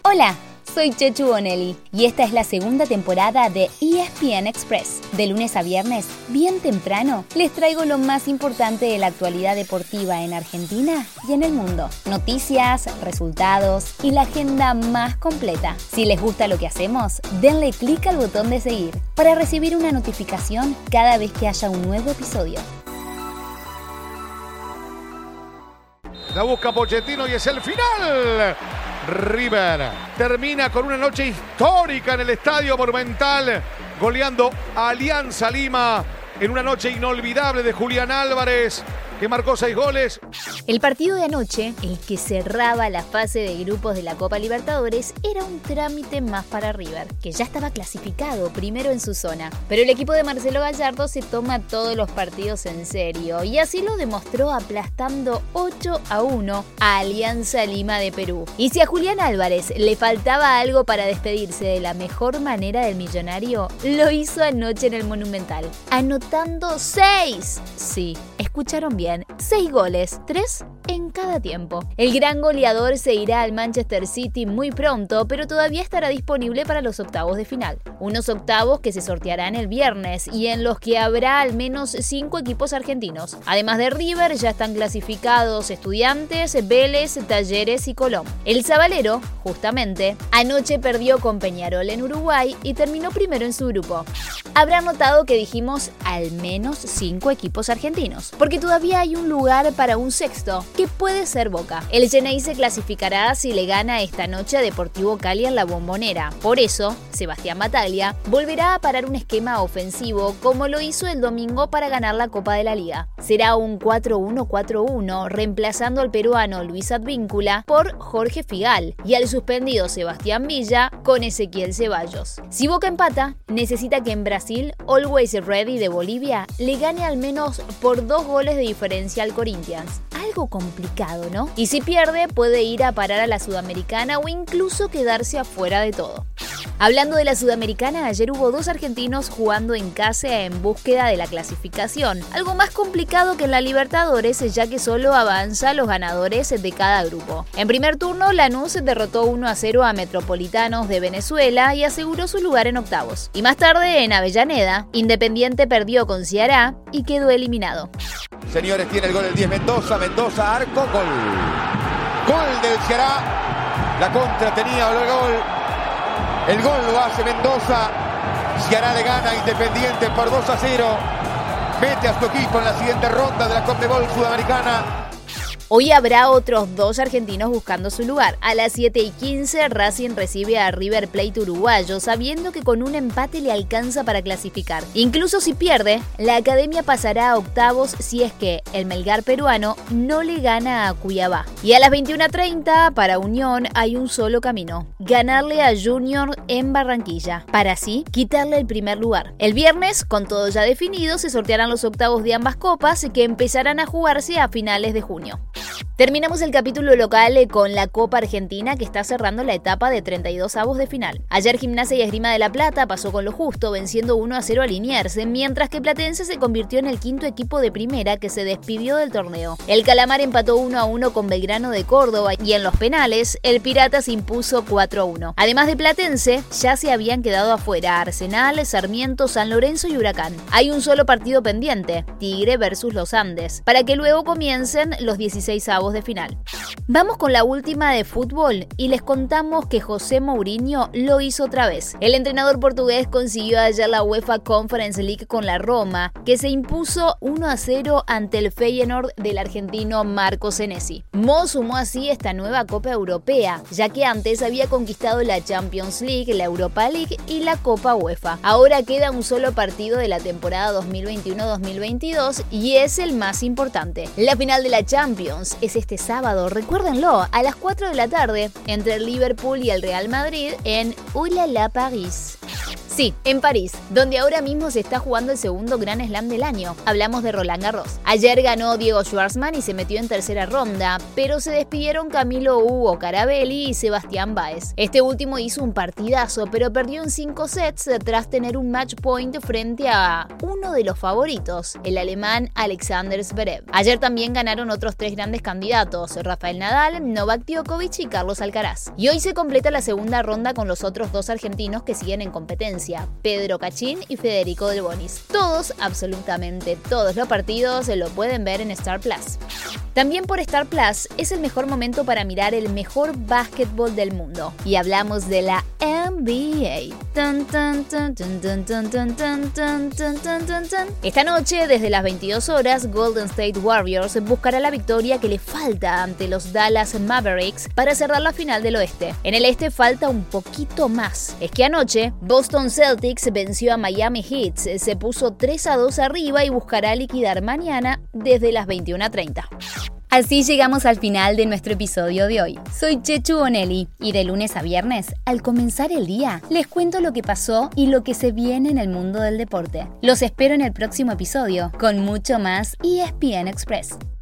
Hola, soy Chechu Bonelli y esta es la segunda temporada de ESPN Express. De lunes a viernes, bien temprano, les traigo lo más importante de la actualidad deportiva en Argentina y en el mundo. Noticias, resultados y la agenda más completa. Si les gusta lo que hacemos, denle clic al botón de seguir para recibir una notificación cada vez que haya un nuevo episodio. La busca Pochettino y es el final. River termina con una noche histórica en el Estadio Monumental, goleando a Alianza Lima en una noche inolvidable de Julián Álvarez, que marcó 6 goles. El partido de anoche, el que cerraba la fase de grupos de la Copa Libertadores, era un trámite más para River, que ya estaba clasificado primero en su zona. Pero el equipo de Marcelo Gallardo se toma todos los partidos en serio, y así lo demostró aplastando 8-1 a Alianza Lima de Perú. Y si a Julián Álvarez le faltaba algo para despedirse de la mejor manera del millonario, lo hizo anoche en el Monumental, anotando 6. Sí, escucharon bien. 6 goles, 3 en cada tiempo. El gran goleador se irá al Manchester City muy pronto, pero todavía estará disponible para los octavos de final. Unos octavos que se sortearán el viernes y en los que habrá al menos 5 equipos argentinos. Además de River, ya están clasificados Estudiantes, Vélez, Talleres y Colón. El Sabalero, justamente, anoche perdió con Peñarol en Uruguay y terminó primero en su grupo. Habrán notado que dijimos al menos 5 equipos argentinos, porque todavía hay un lugar para un sexto, que puede ser Boca. El Xeneize se clasificará si le gana esta noche a Deportivo Cali en la Bombonera. Por eso, Sebastián Bataglia volverá a parar un esquema ofensivo como lo hizo el domingo para ganar la Copa de la Liga. Será un 4-1-4-1, reemplazando al peruano Luis Advíncula por Jorge Figal y al suspendido Sebastián Villa con Ezequiel Ceballos. Si Boca empata, necesita que en Brasil, Always Ready de Bolivia le gane al menos por 2 goles de diferencia al Corinthians. Algo complicado, ¿no? Y si pierde, puede ir a parar a la Sudamericana o incluso quedarse afuera de todo. Hablando de la Sudamericana, ayer hubo 2 argentinos jugando en casa en búsqueda de la clasificación. Algo más complicado que en la Libertadores, ya que solo avanza los ganadores de cada grupo. En primer turno, Lanús derrotó 1-0 a Metropolitanos de Venezuela y aseguró su lugar en octavos. Y más tarde, en Avellaneda, Independiente perdió con Ceará y quedó eliminado. Señores, tiene el gol el 10 Mendoza, arco, gol del Ceará. La contra tenía el gol lo hace Mendoza. Ceará le gana a Independiente por 2-0. Mete a su equipo en la siguiente ronda de la Conmebol Sudamericana. Hoy habrá otros 2 argentinos buscando su lugar. A las 7:15 Racing recibe a River Plate uruguayo, sabiendo que con un empate le alcanza para clasificar. Incluso si pierde, la academia pasará a octavos si es que el Melgar peruano no le gana a Cuiabá. Y a las 21:30 para Unión hay un solo camino: ganarle a Junior en Barranquilla, para así quitarle el primer lugar. El viernes, con todo ya definido, se sortearán los octavos de ambas copas que empezarán a jugarse a finales de junio. Terminamos el capítulo local con la Copa Argentina, que está cerrando la etapa de 32avos de final. Ayer Gimnasia y Esgrima de la Plata pasó con lo justo, venciendo 1-0 a Liniers, mientras que Platense se convirtió en el 5º equipo de primera que se despidió del torneo. El Calamar empató 1-1 con Belgrano de Córdoba y en los penales el Pirata se impuso 4-1. Además de Platense, ya se habían quedado afuera Arsenal, Sarmiento, San Lorenzo y Huracán. Hay un solo partido pendiente: Tigre versus los Andes, para que luego comiencen los 16avos de final. Vamos con la última de fútbol y les contamos que José Mourinho lo hizo otra vez. El entrenador portugués consiguió ayer la UEFA Conference League con la Roma, que se impuso 1-0 ante el Feyenoord del argentino Marco Senesi. Mo sumó así esta nueva Copa Europea, ya que antes había conquistado la Champions League, la Europa League y la Copa UEFA. Ahora queda un solo partido de la temporada 2021-2022 y es el más importante. La final de la Champions es este sábado, recuérdenlo, a las 4 de la tarde, entre el Liverpool y el Real Madrid en Oulala París. Sí, en París, donde ahora mismo se está jugando el segundo Grand Slam del año. Hablamos de Roland Garros. Ayer ganó Diego Schwartzman y se metió en tercera ronda, pero se despidieron Camilo Hugo Carabelli y Sebastián Báez. Este último hizo un partidazo, pero perdió en 5 sets tras tener un match point frente a uno de los favoritos, el alemán Alexander Zverev. Ayer también ganaron otros 3 grandes candidatos, Rafael Nadal, Novak Djokovic y Carlos Alcaraz. Y hoy se completa la segunda ronda con los otros 2 argentinos que siguen en competencia, Pedro Cachín y Federico Del Bonis. Todos, absolutamente todos los partidos lo pueden ver en Star Plus. También por Star Plus es el mejor momento para mirar el mejor básquetbol del mundo. Y hablamos de la NBA. Esta noche, desde las 22 horas, Golden State Warriors buscará la victoria que le falta ante los Dallas Mavericks para cerrar la final del oeste. En el este falta un poquito más. Es que anoche, Boston Celtics venció a Miami Heat, se puso 3-2 arriba y buscará liquidar mañana desde las 21:30. Así llegamos al final de nuestro episodio de hoy. Soy Chechu Bonelli y de lunes a viernes, al comenzar el día, les cuento lo que pasó y lo que se viene en el mundo del deporte. Los espero en el próximo episodio con mucho más ESPN Express.